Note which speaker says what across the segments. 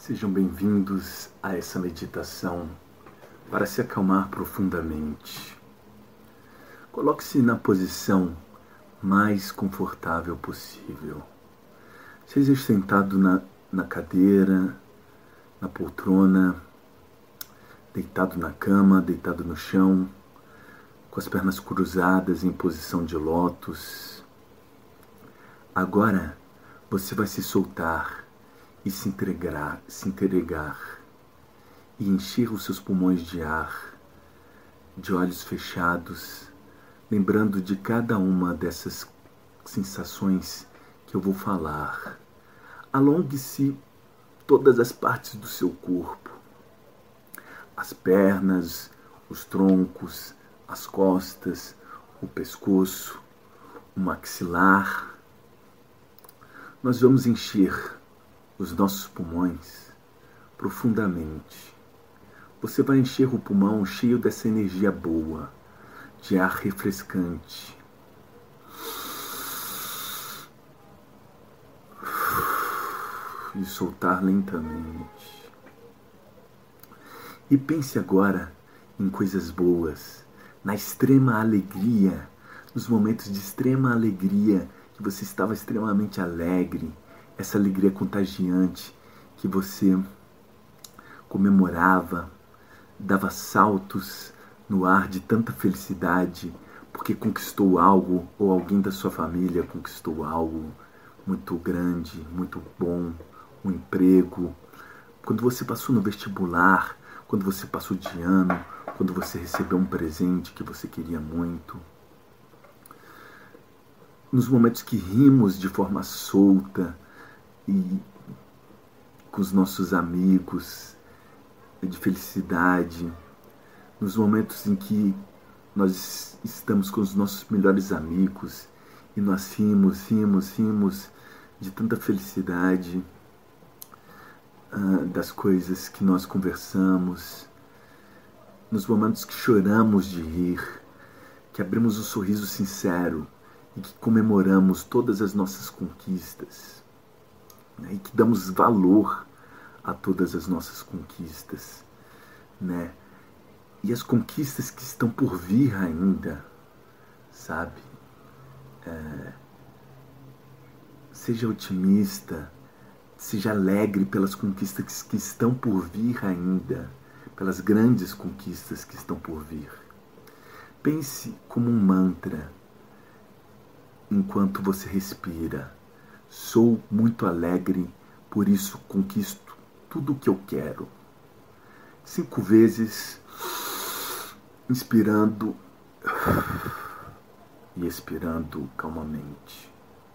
Speaker 1: Sejam bem-vindos a essa meditação para se acalmar profundamente. Coloque-se na posição mais confortável possível. Seja sentado na cadeira, na poltrona, deitado na cama, deitado no chão, com as pernas cruzadas em posição de lótus. Agora você vai se soltar e se entregar e encher os seus pulmões de ar, de olhos fechados, lembrando de cada uma dessas sensações que eu vou falar. Alongue-se todas as partes do seu corpo, as pernas, os troncos, as costas, o pescoço, o maxilar. Nós vamos encher os nossos pulmões profundamente. Você vai encher o pulmão cheio dessa energia boa, de ar refrescante. E soltar lentamente. E pense agora em coisas boas, na extrema alegria, nos momentos de extrema alegria, que você estava extremamente alegre, essa alegria contagiante que você comemorava, dava saltos no ar de tanta felicidade, porque conquistou algo, ou alguém da sua família conquistou algo muito grande, muito bom, um emprego. Quando você passou no vestibular, quando você passou de ano, quando você recebeu um presente que você queria muito. Nos momentos que rimos de forma solta e com os nossos amigos, de felicidade, nos momentos em que nós estamos com os nossos melhores amigos e nós rimos de tanta felicidade, das coisas que nós conversamos, nos momentos que choramos de rir, que abrimos um sorriso sincero e que comemoramos todas as nossas conquistas, né? E que damos valor a todas as nossas conquistas, né? E as conquistas que estão por vir ainda, sabe? Seja otimista, seja alegre pelas conquistas que estão por vir ainda, pelas grandes conquistas que estão por vir. Pense como um mantra enquanto você respira. Sou muito alegre, por isso conquisto tudo o que eu quero. 5 vezes, inspirando e expirando calmamente.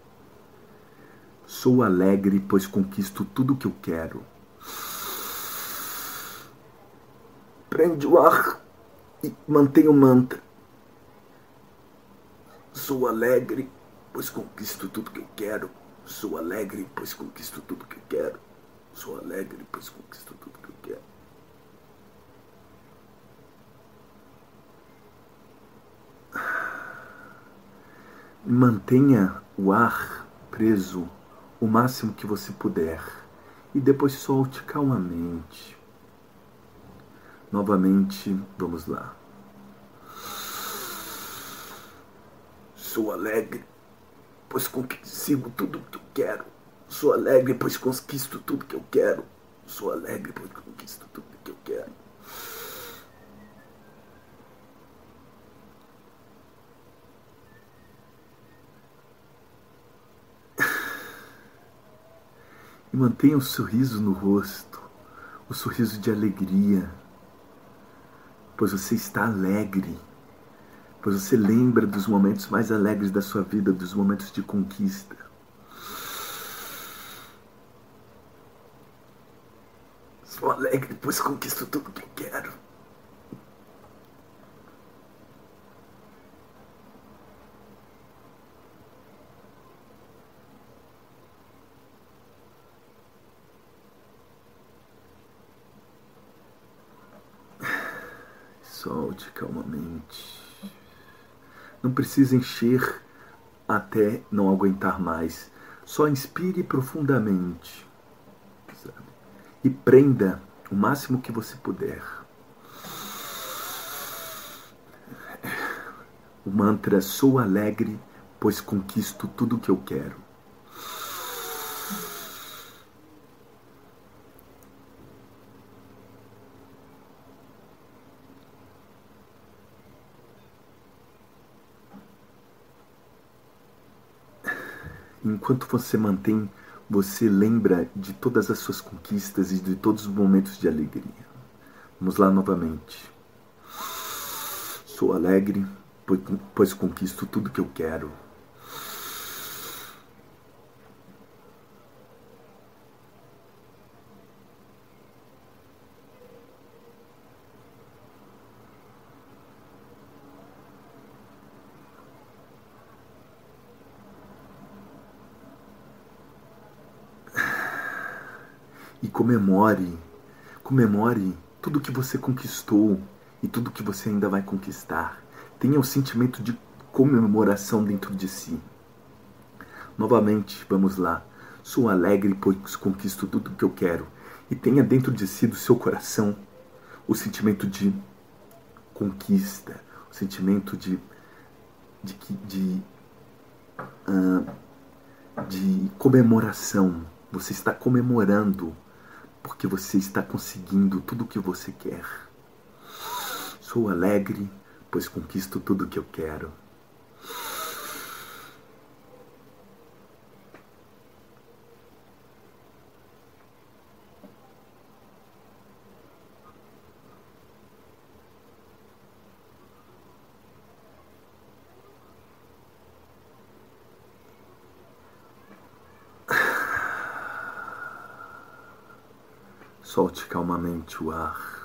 Speaker 1: Sou alegre, pois conquisto tudo o que eu quero. Prende o ar e mantenha o mantra. Sou alegre, pois conquisto tudo que eu quero. Sou alegre, pois conquisto tudo que eu quero. Sou alegre, pois conquisto tudo que eu quero. Mantenha o ar preso o máximo que você puder e depois solte calmamente. Novamente, vamos lá. Sou alegre, pois consigo tudo que eu quero. Sou alegre, pois conquisto tudo que eu quero. Sou alegre, pois conquisto tudo que eu quero. E mantenha o sorriso no rosto, o sorriso de alegria, pois você está alegre, pois você lembra dos momentos mais alegres da sua vida, dos momentos de conquista. Sou alegre, pois conquisto tudo que eu quero. Solte calmamente. Não precisa encher até não aguentar mais. Só inspire profundamente, sabe? e prenda o máximo que você puder. O mantra: sou alegre, pois conquisto tudo o que eu quero. Enquanto você lembra de todas as suas conquistas e de todos os momentos de alegria. Vamos lá novamente. Sou alegre, pois conquisto tudo que eu quero. E comemore tudo que você conquistou e tudo que você ainda vai conquistar. Tenha o sentimento de comemoração dentro de si. Novamente, vamos lá. Sou alegre, pois conquisto tudo que eu quero. E tenha dentro de si, do seu coração, o sentimento de conquista, o sentimento de comemoração. Você está comemorando porque você está conseguindo tudo o que você quer. Sou alegre, pois conquisto tudo o que eu quero. Solte calmamente o ar.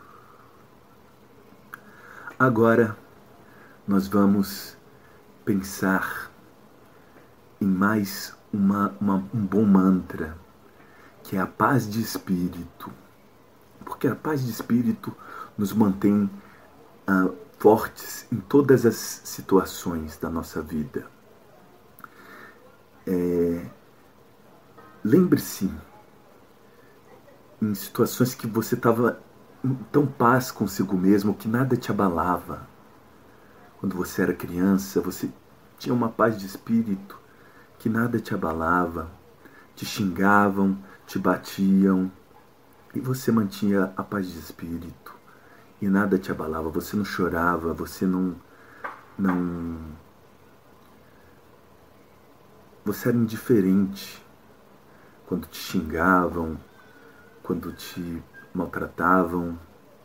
Speaker 1: Agora nós vamos pensar em mais um bom mantra, que é a paz de espírito. Porque a paz de espírito nos mantém fortes em todas as situações da nossa vida. Lembre-se em situações que você estava em tão paz consigo mesmo que nada te abalava. Quando você era criança, você tinha uma paz de espírito que nada te abalava. Te xingavam, te batiam, e você mantinha a paz de espírito e nada te abalava. Você não chorava, você você era indiferente quando te xingavam, quando te maltratavam.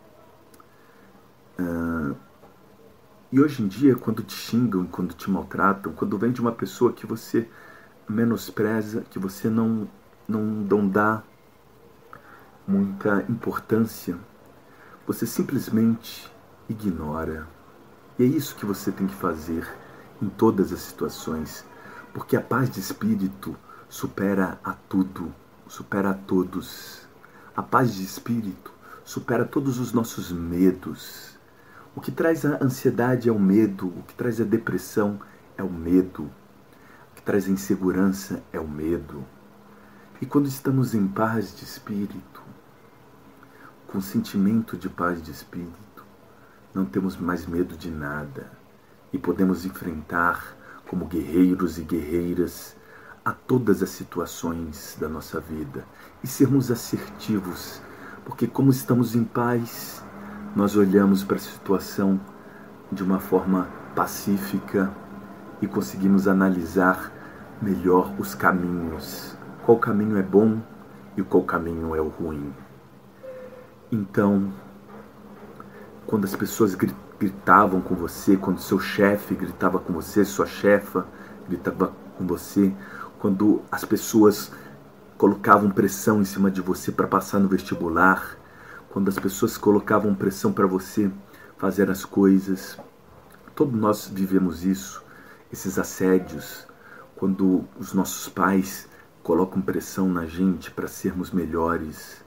Speaker 1: E hoje em dia, quando te xingam, quando te maltratam, quando vem de uma pessoa que você menospreza, que você não dá muita importância, você simplesmente ignora. E é isso que você tem que fazer em todas as situações, porque a paz de espírito supera a tudo, supera a todos. A paz de espírito supera todos os nossos medos. O que traz a ansiedade é o medo, o que traz a depressão é o medo, o que traz a insegurança é o medo. E quando estamos em paz de espírito, com sentimento de paz de espírito, não temos mais medo de nada e podemos enfrentar como guerreiros e guerreiras a todas as situações da nossa vida e sermos assertivos, porque como estamos em paz, nós olhamos para a situação de uma forma pacífica e conseguimos analisar melhor os caminhos. Qual caminho é bom e qual caminho é o ruim. Então, quando as pessoas gritavam com você, quando seu chefe gritava com você, sua chefa gritava com você, quando as pessoas colocavam pressão em cima de você para passar no vestibular, quando as pessoas colocavam pressão para você fazer as coisas, todos nós vivemos isso, esses assédios, quando os nossos pais colocam pressão na gente para sermos melhores.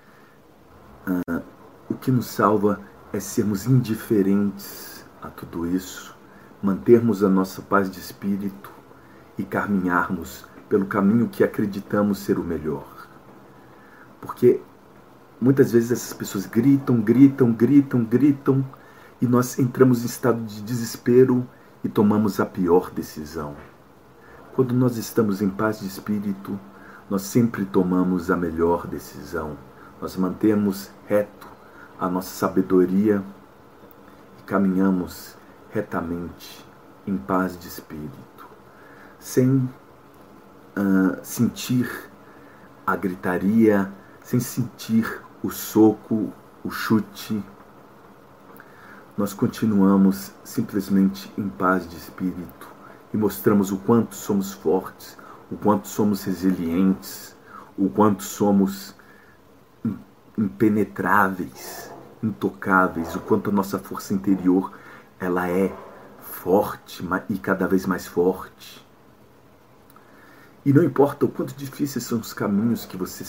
Speaker 1: O que nos salva é sermos indiferentes a tudo isso, mantermos a nossa paz de espírito e caminharmos pelo caminho que acreditamos ser o melhor. Porque muitas vezes essas pessoas gritam, e nós entramos em estado de desespero e tomamos a pior decisão. Quando nós estamos em paz de espírito, nós sempre tomamos a melhor decisão. Nós mantemos reto a nossa sabedoria e caminhamos retamente em paz de espírito, sem sentir a gritaria, sem sentir o soco, o chute. Nós continuamos simplesmente em paz de espírito e mostramos o quanto somos fortes, o quanto somos resilientes, o quanto somos impenetráveis, intocáveis, o quanto a nossa força interior ela é forte e cada vez mais forte. E não importa o quanto difíceis são os caminhos que você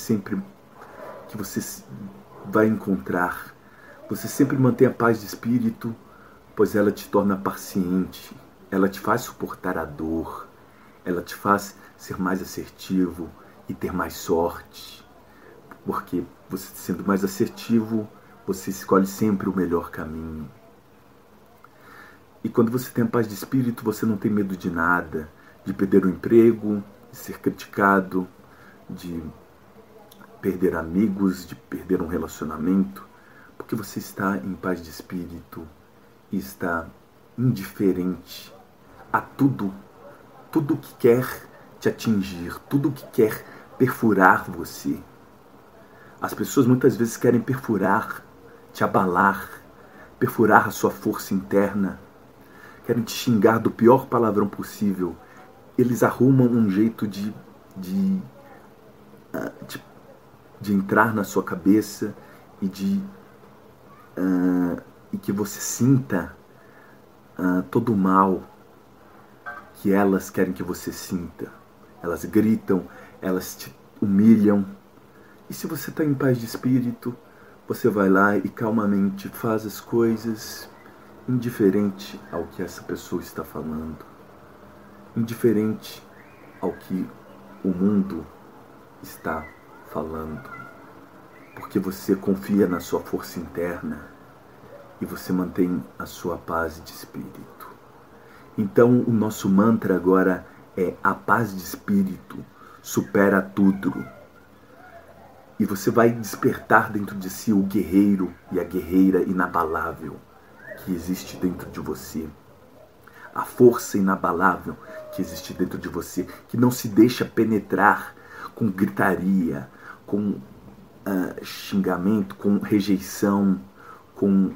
Speaker 1: vai encontrar, você sempre mantém a paz de espírito, pois ela te torna paciente, ela te faz suportar a dor, ela te faz ser mais assertivo e ter mais sorte, porque você sendo mais assertivo, você escolhe sempre o melhor caminho. E quando você tem a paz de espírito, você não tem medo de nada, de perder o emprego, de ser criticado, de perder amigos, de perder um relacionamento, porque você está em paz de espírito e está indiferente a tudo que quer te atingir, tudo que quer perfurar você. As pessoas muitas vezes querem perfurar, te abalar, perfurar a sua força interna, querem te xingar do pior palavrão possível. Eles arrumam um jeito de entrar na sua cabeça e que você sinta todo o mal que elas querem que você sinta. Elas gritam, elas te humilham. E se você está em paz de espírito, você vai lá e calmamente faz as coisas indiferente ao que essa pessoa está falando, indiferente ao que o mundo está falando, porque você confia na sua força interna e você mantém a sua paz de espírito. Então o nosso mantra agora é: a paz de espírito supera tudo. E você vai despertar dentro de si o guerreiro e a guerreira inabalável que existe dentro de você. A força inabalável que existe dentro de você, que não se deixa penetrar com gritaria, com xingamento, com rejeição, com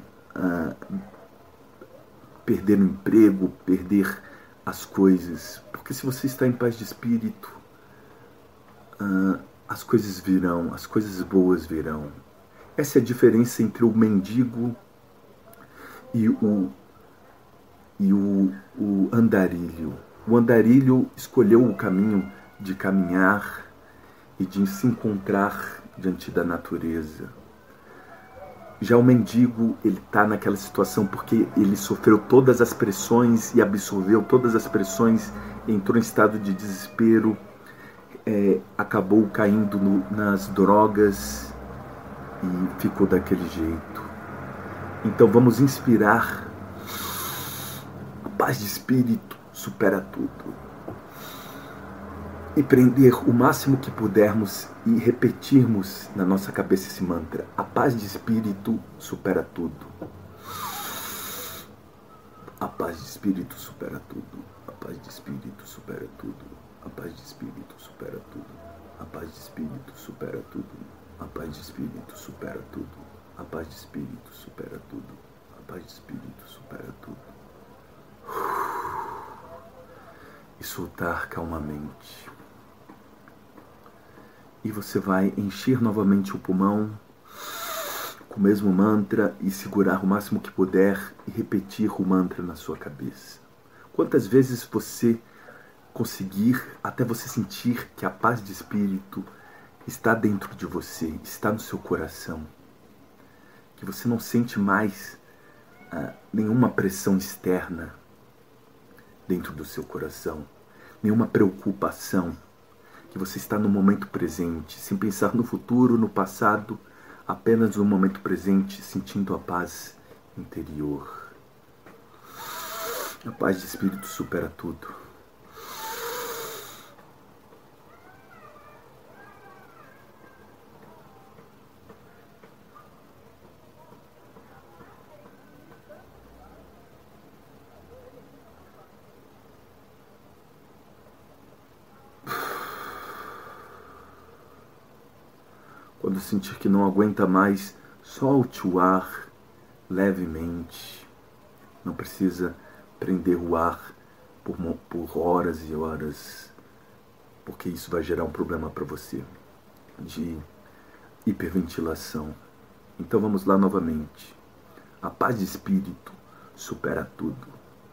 Speaker 1: perder o emprego, perder as coisas. Porque se você está em paz de espírito, as coisas virão, as coisas boas virão. Essa é a diferença entre o mendigo e o andarilho. O andarilho escolheu o caminho de caminhar e de se encontrar diante da natureza. Já o mendigo, ele está naquela situação porque ele sofreu todas as pressões e absorveu todas as pressões, entrou em estado de desespero, acabou caindo nas drogas e ficou daquele jeito. Então vamos inspirar. A paz de espírito supera tudo. E prender o máximo que pudermos e repetirmos na nossa cabeça esse mantra: a paz de espírito supera tudo. A paz de espírito supera tudo. A paz de espírito supera tudo. A paz de espírito supera tudo. A paz de espírito supera tudo. A paz de espírito supera tudo. A paz de espírito supera tudo. A paz de espírito supera tudo. E soltar calmamente. E você vai encher novamente o pulmão com o mesmo mantra e segurar o máximo que puder e repetir o mantra na sua cabeça. Quantas vezes você conseguir, até você sentir que a paz de espírito está dentro de você, está no seu coração, que você não sente mais nenhuma pressão externa dentro do seu coração, nenhuma preocupação, que você está no momento presente, sem pensar no futuro, no passado, apenas no momento presente, sentindo a paz interior. A paz de espírito supera tudo. Quando sentir que não aguenta mais, solte o ar levemente. Não precisa prender o ar por horas e horas, porque isso vai gerar um problema para você de hiperventilação. Então vamos lá novamente. A paz de espírito supera tudo.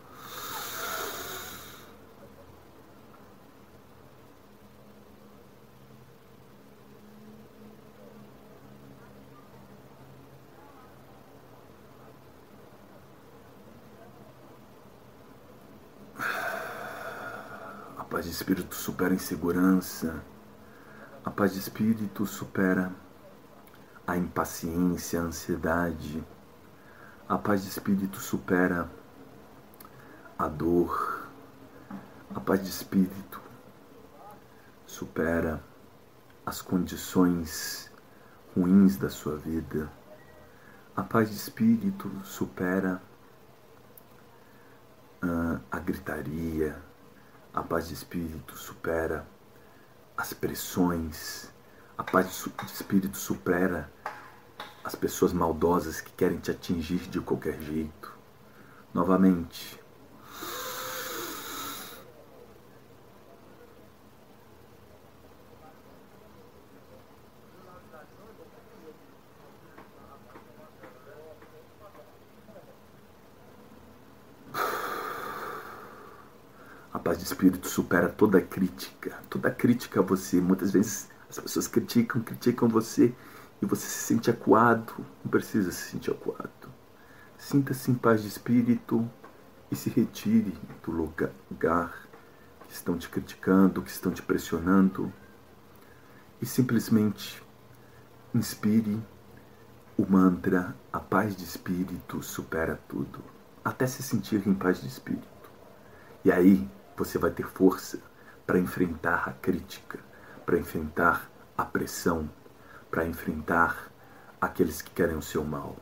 Speaker 1: A paz de espírito supera a insegurança. A paz de espírito supera a impaciência, a ansiedade. A paz de espírito supera a dor. A paz de espírito supera as condições ruins da sua vida. A paz de espírito supera a gritaria. A paz de espírito supera as pressões. A paz de espírito supera as pessoas maldosas que querem te atingir de qualquer jeito. Novamente. A paz de espírito supera toda crítica a você. Muitas vezes as pessoas criticam você e você se sente acuado. Não precisa se sentir acuado. Sinta-se em paz de espírito e se retire do lugar que estão te criticando, que estão te pressionando. E simplesmente inspire o mantra: a paz de espírito supera tudo. Até se sentir em paz de espírito. E aí você vai ter força para enfrentar a crítica, para enfrentar a pressão, para enfrentar aqueles que querem o seu mal.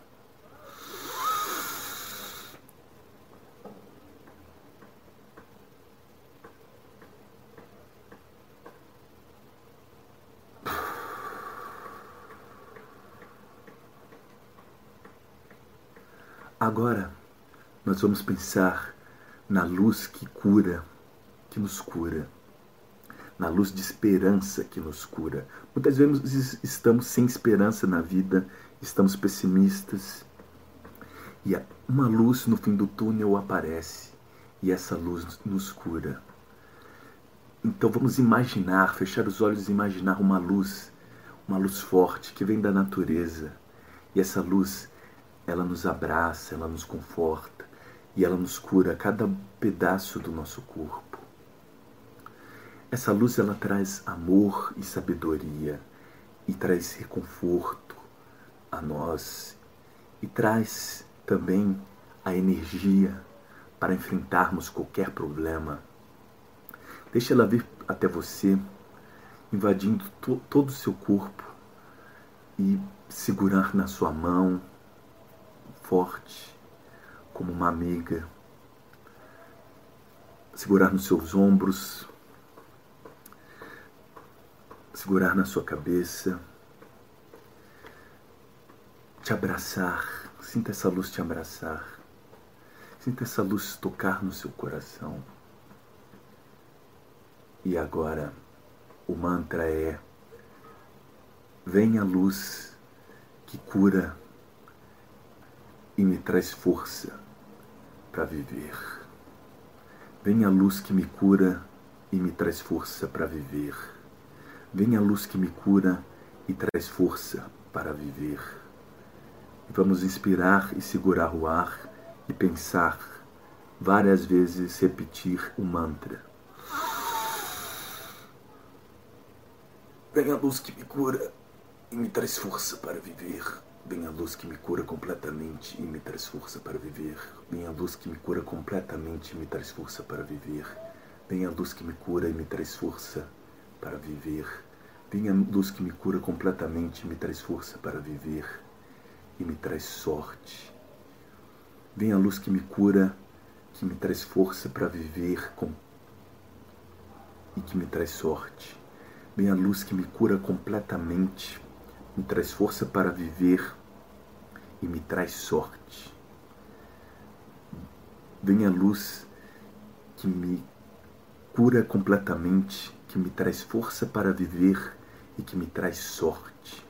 Speaker 1: Agora nós vamos pensar na luz que cura, que nos cura, na luz de esperança que nos cura. Muitas vezes estamos sem esperança na vida, estamos pessimistas, e uma luz no fim do túnel aparece, e essa luz nos cura. Então vamos imaginar, fechar os olhos e imaginar uma luz forte que vem da natureza, e essa luz, ela nos abraça, ela nos conforta, e ela nos cura cada pedaço do nosso corpo. Essa luz, ela traz amor e sabedoria, e traz reconforto a nós, e traz também a energia para enfrentarmos qualquer problema. Deixa ela vir até você, invadindo todo o seu corpo, e segurar na sua mão, forte, como uma amiga, segurar nos seus ombros, segurar na sua cabeça, te abraçar. Sinta essa luz te abraçar, sinta essa luz tocar no seu coração. E agora o mantra é: vem a luz que cura e me traz força para viver. Vem a luz que me cura e me traz força para viver. Vem a luz que me cura e traz força para viver. E vamos inspirar e segurar o ar e pensar várias vezes, repetir o mantra. Vem a luz que me cura e me traz força para viver. Vem a luz que me cura completamente e me traz força para viver. Vem a luz que me cura completamente e me traz força para viver. Vem a luz que me cura e me traz força para viver. Vem a luz que me cura completamente e me traz força para viver e me traz sorte. Vem a luz que me cura, que me traz força para viver e que me traz sorte. Vem a luz que me cura completamente, me traz força para viver e me traz sorte. Vem a luz que me cura completamente, que me traz força para viver e que me traz sorte.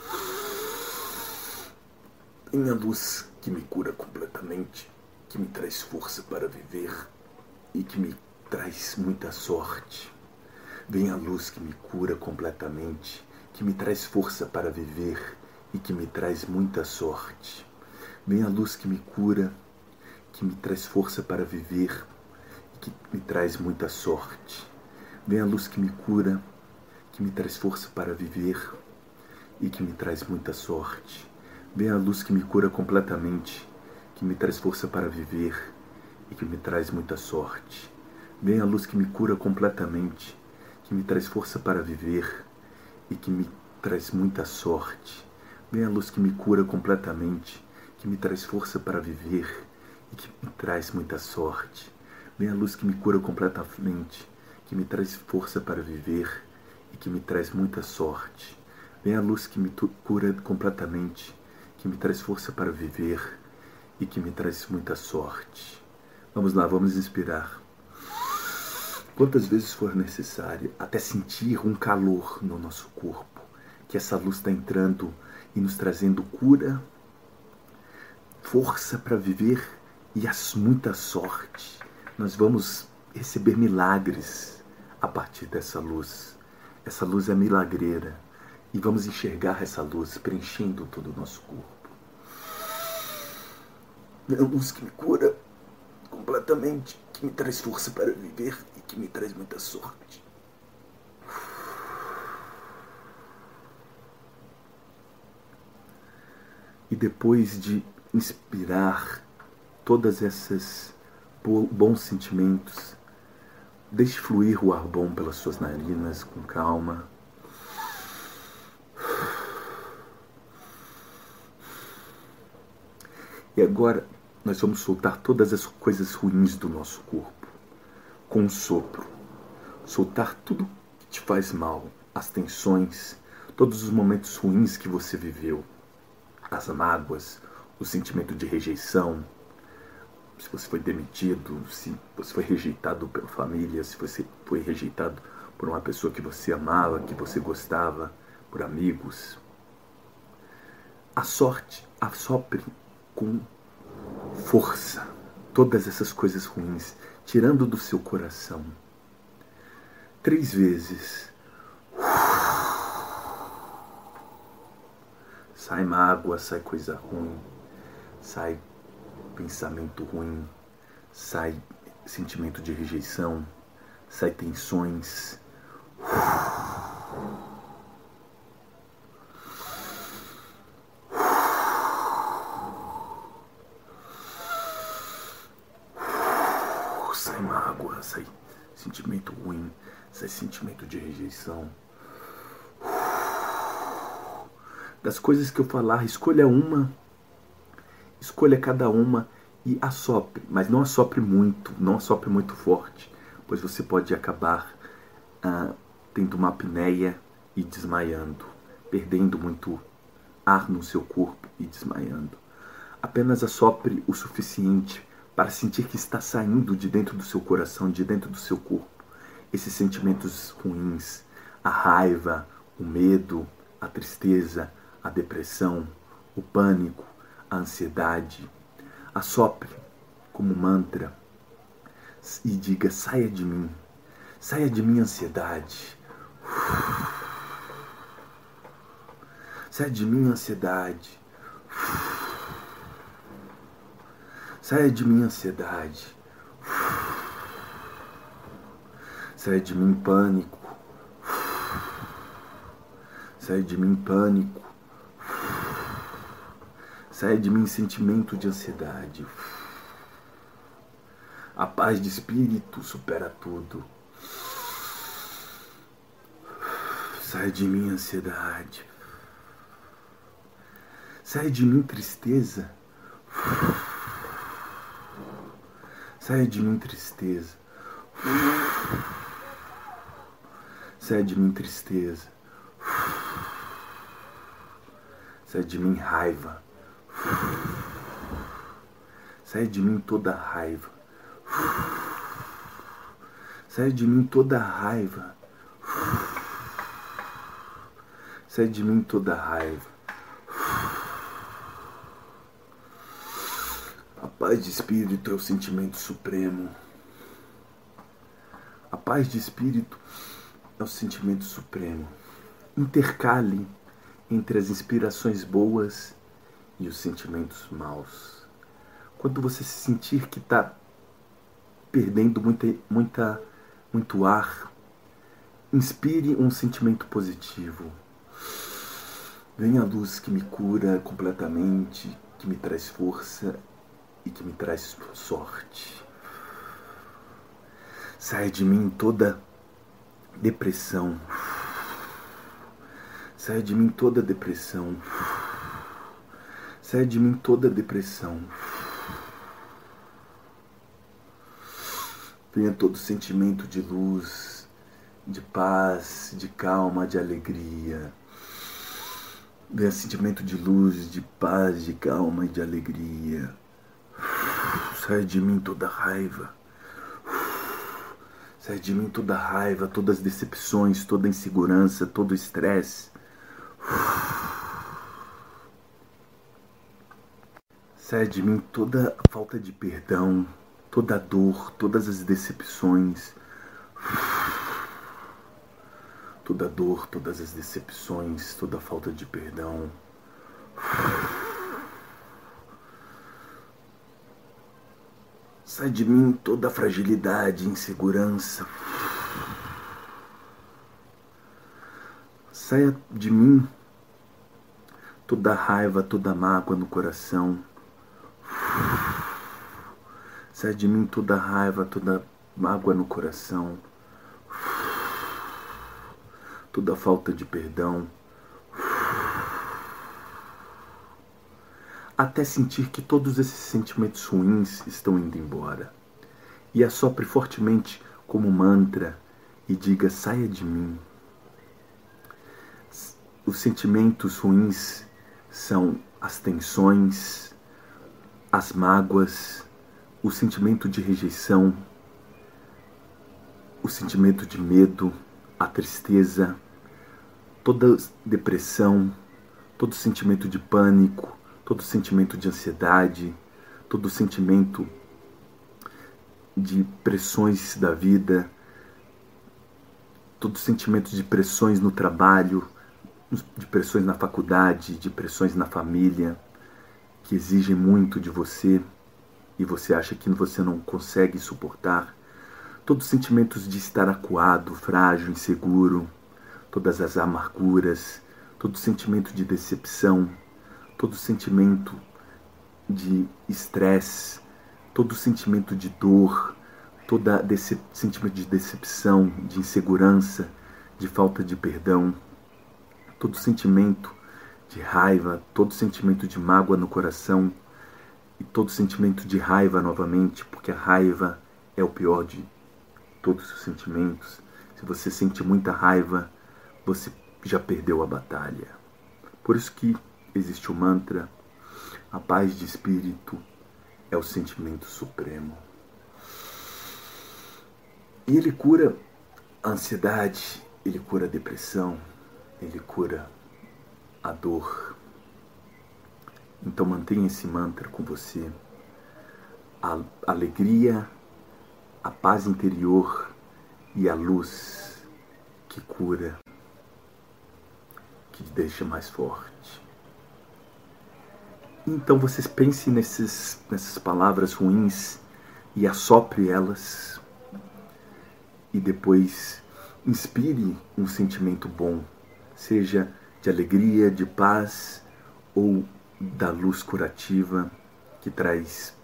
Speaker 1: Vem a luz que me cura completamente, que me traz força para viver e que me traz muita sorte. Vem a luz que me cura completamente, que me traz força para viver e que me traz muita sorte. Vem a luz que me cura, que me traz força para viver e que me traz muita sorte. Vem a luz que me cura, que me traz força para viver e que me traz muita sorte. Vem a luz que me cura completamente, que me traz força para viver e que me traz muita sorte. Vem a luz que me cura completamente, que me traz força para viver e que me traz muita sorte. Vem a luz que me cura completamente, que me traz força para viver e que me traz muita sorte. Vem a luz que me cura completamente, que me traz força para viver e que me traz muita sorte. Vem a luz que me cura completamente, que me traz força para viver e que me traz muita sorte. Vamos lá, vamos inspirar. Quantas vezes for necessário, até sentir um calor no nosso corpo, que essa luz está entrando e nos trazendo cura, força para viver e muita sorte. Nós vamos receber milagres a partir dessa luz. Essa luz é milagreira e vamos enxergar essa luz preenchendo todo o nosso corpo. É a luz que me cura completamente, que me traz força para viver e que me traz muita sorte. E depois de inspirar todas essas bons sentimentos, deixe fluir o ar bom pelas suas narinas com calma. E agora nós vamos soltar todas as coisas ruins do nosso corpo com um sopro. Soltar tudo que te faz mal, as tensões, todos os momentos ruins que você viveu, as mágoas, o sentimento de rejeição, se você foi demitido, se você foi rejeitado pela família, se você foi rejeitado por uma pessoa que você amava, que você gostava, por amigos. Assopre com força todas essas coisas ruins, tirando do seu coração. 3 vezes. Sai mágoa, sai coisa ruim, sai pensamento ruim, sai sentimento de rejeição, sai tensões. Sai mágoa, sai sentimento ruim, sai sentimento de rejeição. Das coisas que eu falar, escolha uma, escolha cada uma e assopre, mas não assopre muito, não assopre muito forte, pois você pode acabar tendo uma apneia e desmaiando, perdendo muito ar no seu corpo e desmaiando. Apenas assopre o suficiente para sentir que está saindo de dentro do seu coração, de dentro do seu corpo, esses sentimentos ruins, a raiva, o medo, a tristeza, a depressão, o pânico, a ansiedade. Assopre como mantra e diga: saia de mim ansiedade. Saia de mim ansiedade. Saia de mim ansiedade. Saia de mim pânico. Saia de mim pânico. Saia de mim sentimento de ansiedade. A paz de espírito supera tudo. Saia de mim ansiedade. Saia de mim tristeza. Saia de mim tristeza. Saia de mim tristeza. Saia de mim raiva. Saia de mim toda raiva. Saia de mim toda raiva. Saia de mim toda raiva. A paz de espírito é o sentimento supremo. A paz de espírito é o sentimento supremo. Intercale entre as inspirações boas e os sentimentos maus. Quando você se sentir que está perdendo muito ar, inspire um sentimento positivo. Vem a luz que me cura completamente, que me traz força e que me traz sorte. Sai de mim toda depressão. Sai de mim toda depressão. Sai de mim toda depressão. Venha todo sentimento de luz, de paz, de calma, de alegria. Venha sentimento de luz, de paz, de calma e de alegria. Sai de mim toda raiva. Sai de mim toda raiva, todas as decepções, toda a insegurança, todo o estresse. Sai de mim toda a falta de perdão, toda a dor, todas as decepções. Toda a dor, todas as decepções, toda a falta de perdão. Sai de mim toda a fragilidade, insegurança. Saia de mim toda a raiva, toda a mágoa no coração. Sai de mim toda a raiva, toda a mágoa no coração. Toda a falta de perdão. Até sentir que todos esses sentimentos ruins estão indo embora. E assopre fortemente como mantra e diga: saia de mim. Os sentimentos ruins são as tensões, as mágoas, o sentimento de rejeição, o sentimento de medo, a tristeza, toda depressão, todo sentimento de pânico, todo sentimento de ansiedade, todo sentimento de pressões da vida, todo sentimento de pressões no trabalho, de pressões na faculdade, de pressões na família, que exigem muito de você e você acha que você não consegue suportar, todos os sentimentos de estar acuado, frágil, inseguro, todas as amarguras, todo sentimento de decepção, todo sentimento de estresse, todo sentimento de dor, todo sentimento de decepção, de insegurança, de falta de perdão, todo sentimento de raiva, todo sentimento de mágoa no coração e todo sentimento de raiva novamente, porque a raiva é o pior de todos os sentimentos. Se você sente muita raiva, você já perdeu a batalha. Por isso que existe o mantra: a paz de espírito é o sentimento supremo. E ele cura a ansiedade, ele cura a depressão, ele cura a dor. Então mantenha esse mantra com você. A alegria, a paz interior e a luz que cura, que te deixa mais forte. Então vocês pensem nessas palavras ruins e assopre elas. E depois inspire um sentimento bom. Seja de alegria, de paz, ou da luz curativa que traz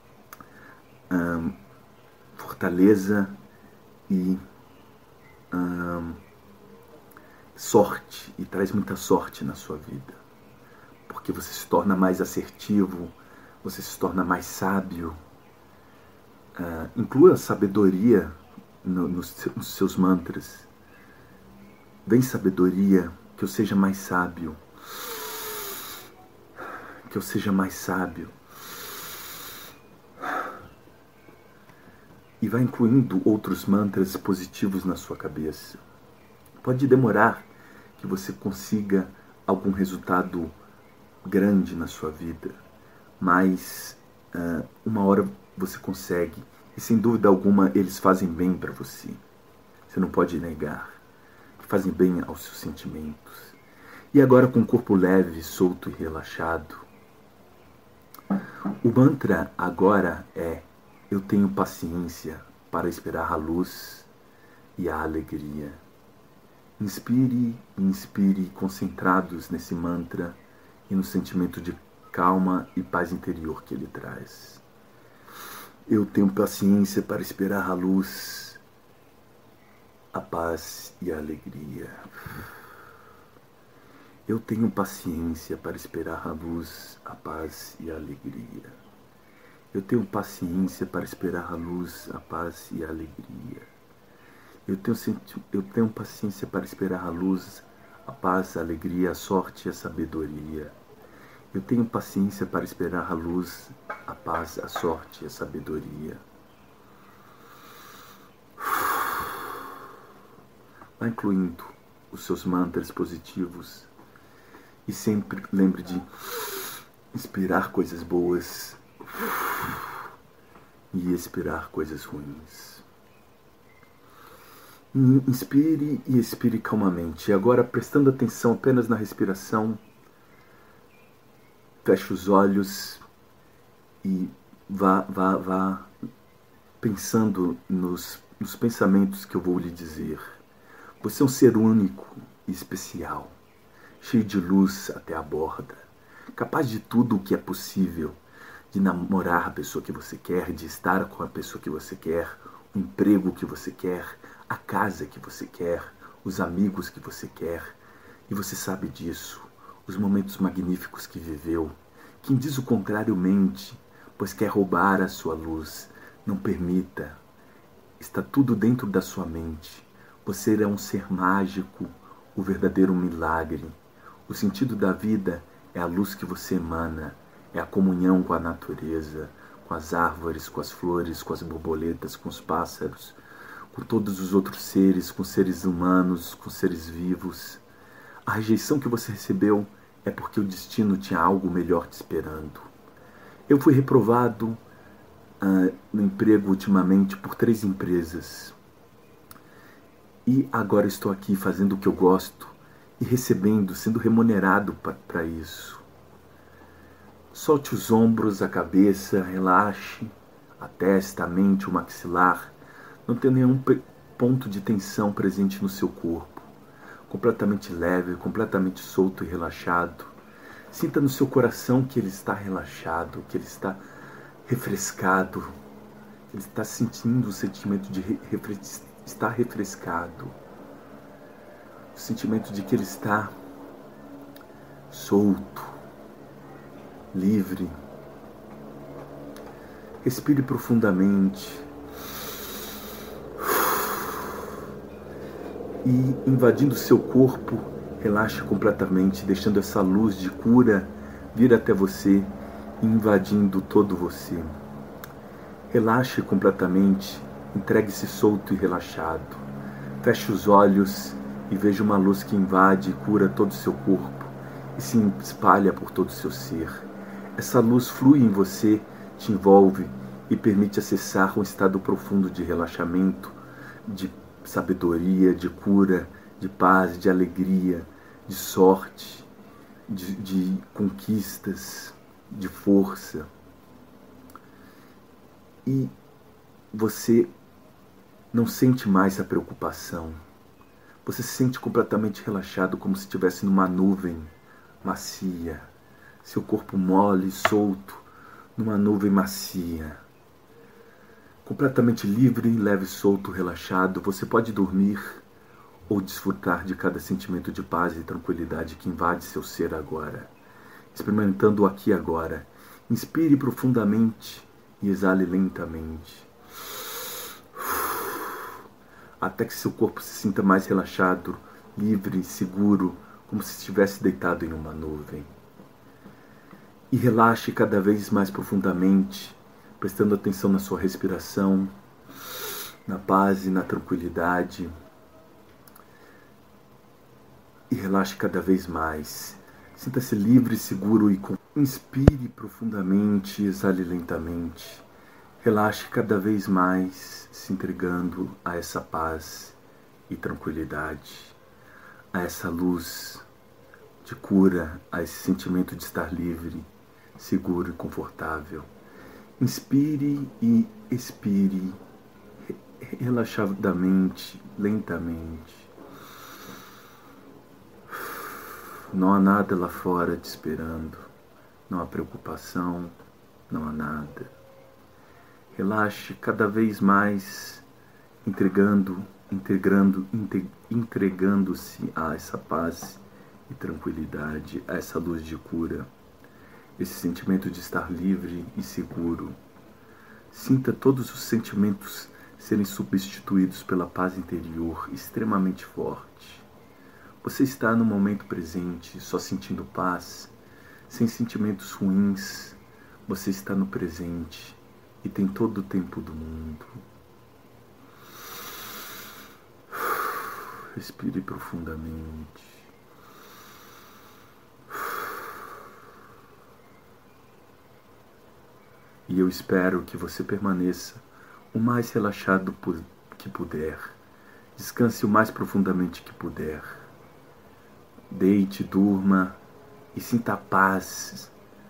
Speaker 1: fortaleza e sorte, e traz muita sorte na sua vida, porque você se torna mais assertivo, você se torna mais sábio. Inclua a sabedoria nos seus mantras. Vem sabedoria, que eu seja mais sábio, que eu seja mais sábio. E vai incluindo outros mantras positivos na sua cabeça. Pode demorar que você consiga algum resultado grande na sua vida, mas uma hora você consegue. E sem dúvida alguma eles fazem bem para você. Você não pode negar. Fazem bem aos seus sentimentos. E agora, com o corpo leve, solto e relaxado, o mantra agora é: eu tenho paciência para esperar a luz e a alegria. Inspire e inspire concentrados nesse mantra e no sentimento de calma e paz interior que ele traz. Eu tenho paciência para esperar a luz, a paz e a alegria. Eu tenho paciência para esperar a luz, a paz e a alegria. Eu tenho paciência para esperar a luz, a paz e a alegria. Eu tenho paciência para esperar a luz, a paz, a alegria, a sorte e a sabedoria. Eu tenho paciência para esperar a luz, a paz, a sorte e a sabedoria. Vá incluindo os seus mantras positivos e sempre lembre de inspirar coisas boas e expirar coisas ruins. Inspire e expire calmamente. E agora, prestando atenção apenas na respiração, feche os olhos e vá pensando nos pensamentos que eu vou lhe dizer. Você é um ser único e especial, cheio de luz até a borda, capaz de tudo o que é possível, de namorar a pessoa que você quer, de estar com a pessoa que você quer, o emprego que você quer, a casa que você quer, os amigos que você quer. E você sabe disso, os momentos magníficos que viveu. Quem diz o contrário mente, pois quer roubar a sua luz. Não permita. Está tudo dentro da sua mente. Você é um ser mágico, o verdadeiro milagre. O sentido da vida é a luz que você emana, é a comunhão com a natureza, com as árvores, com as flores, com as borboletas, com os pássaros, com todos os outros seres, com seres humanos, com seres vivos. A rejeição que você recebeu é porque o destino tinha algo melhor te esperando. Eu fui reprovado no emprego ultimamente por 3 empresas. E agora estou aqui fazendo o que eu gosto e recebendo, sendo remunerado para isso. Solte os ombros, a cabeça, relaxe a testa, a mente, o maxilar. Não tem nenhum ponto de tensão presente no seu corpo. Completamente leve, completamente solto e relaxado. Sinta no seu coração que ele está relaxado, que ele está refrescado. Ele está sentindo o sentimento de estar refrescado. O sentimento de que ele está solto, livre. Respire profundamente. E invadindo seu corpo, relaxe completamente, deixando essa luz de cura vir até você, invadindo todo você. Relaxe completamente, entregue-se solto e relaxado. Feche os olhos e veja uma luz que invade e cura todo o seu corpo e se espalha por todo o seu ser. Essa luz flui em você, te envolve e permite acessar um estado profundo de relaxamento, de sabedoria, de cura, de paz, de alegria, de sorte, de conquistas, de força. E você não sente mais a preocupação. Você se sente completamente relaxado, como se estivesse numa nuvem macia. Seu corpo mole, solto, numa nuvem macia. Completamente livre, leve, solto, relaxado. Você pode dormir ou desfrutar de cada sentimento de paz e tranquilidade que invade seu ser agora. Experimentando o aqui e agora. Inspire profundamente e exale lentamente, até que seu corpo se sinta mais relaxado, livre, seguro, como se estivesse deitado em uma nuvem. E relaxe cada vez mais profundamente, prestando atenção na sua respiração, na paz e na tranquilidade. E relaxe cada vez mais. Sinta-se livre, seguro e inspire profundamente, exale lentamente. Relaxe cada vez mais, se entregando a essa paz e tranquilidade, a essa luz de cura, a esse sentimento de estar livre, seguro e confortável. Inspire e expire relaxadamente, lentamente. Não há nada lá fora te esperando, não há preocupação, não há nada. Relaxe cada vez mais, entregando-se a essa paz e tranquilidade, a essa luz de cura, esse sentimento de estar livre e seguro. Sinta todos os sentimentos serem substituídos pela paz interior extremamente forte. Você está no momento presente, só sentindo paz, sem sentimentos ruins. Você está no presente e tem todo o tempo do mundo. Respire profundamente. E eu espero que você permaneça o mais relaxado que puder. Descanse o mais profundamente que puder. Deite, durma e sinta a paz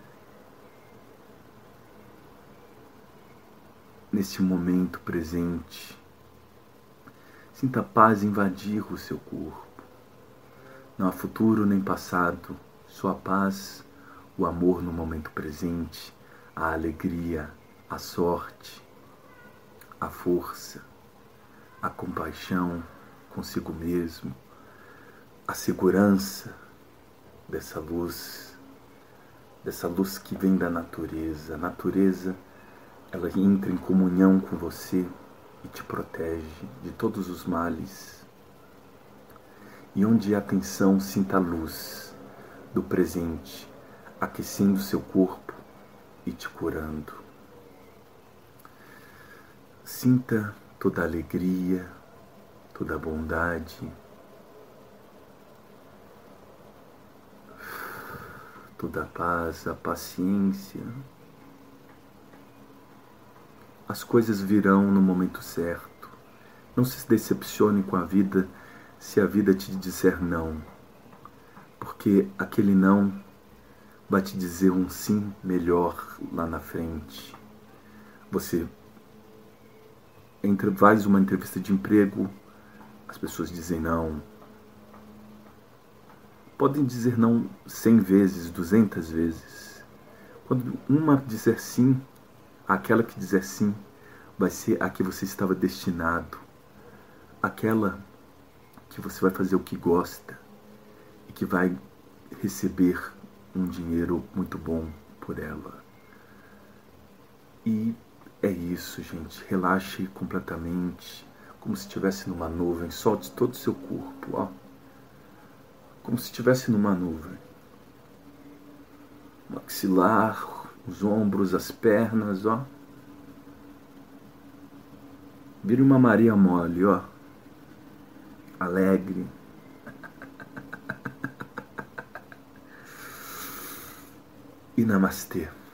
Speaker 1: neste momento presente. Sinta a paz invadir o seu corpo. Não há futuro nem passado, só a paz, o amor no momento presente, a alegria, a sorte, a força, a compaixão consigo mesmo, a segurança dessa luz que vem da natureza. A natureza, ela entra em comunhão com você e te protege de todos os males. E onde há tensão, sinta a luz do presente, aquecendo seu corpo e te curando. Sinta toda a alegria, toda a bondade, toda a paz, a paciência. As coisas virão no momento certo. Não se decepcione com a vida se a vida te disser não, porque aquele não vai te dizer um sim melhor lá na frente. Você faz uma entrevista de emprego, as pessoas dizem não. Podem dizer não 100 vezes, 200 vezes. Quando uma disser sim, aquela que dizer sim vai ser a que você estava destinado. Aquela que você vai fazer o que gosta e que vai receber um dinheiro muito bom por ela. E é isso, gente. Relaxe completamente, como se estivesse numa nuvem. Solte todo o seu corpo, ó. Como se estivesse numa nuvem. O maxilar, os ombros, as pernas, ó. Vire uma Maria mole, ó. Alegre. E namastê.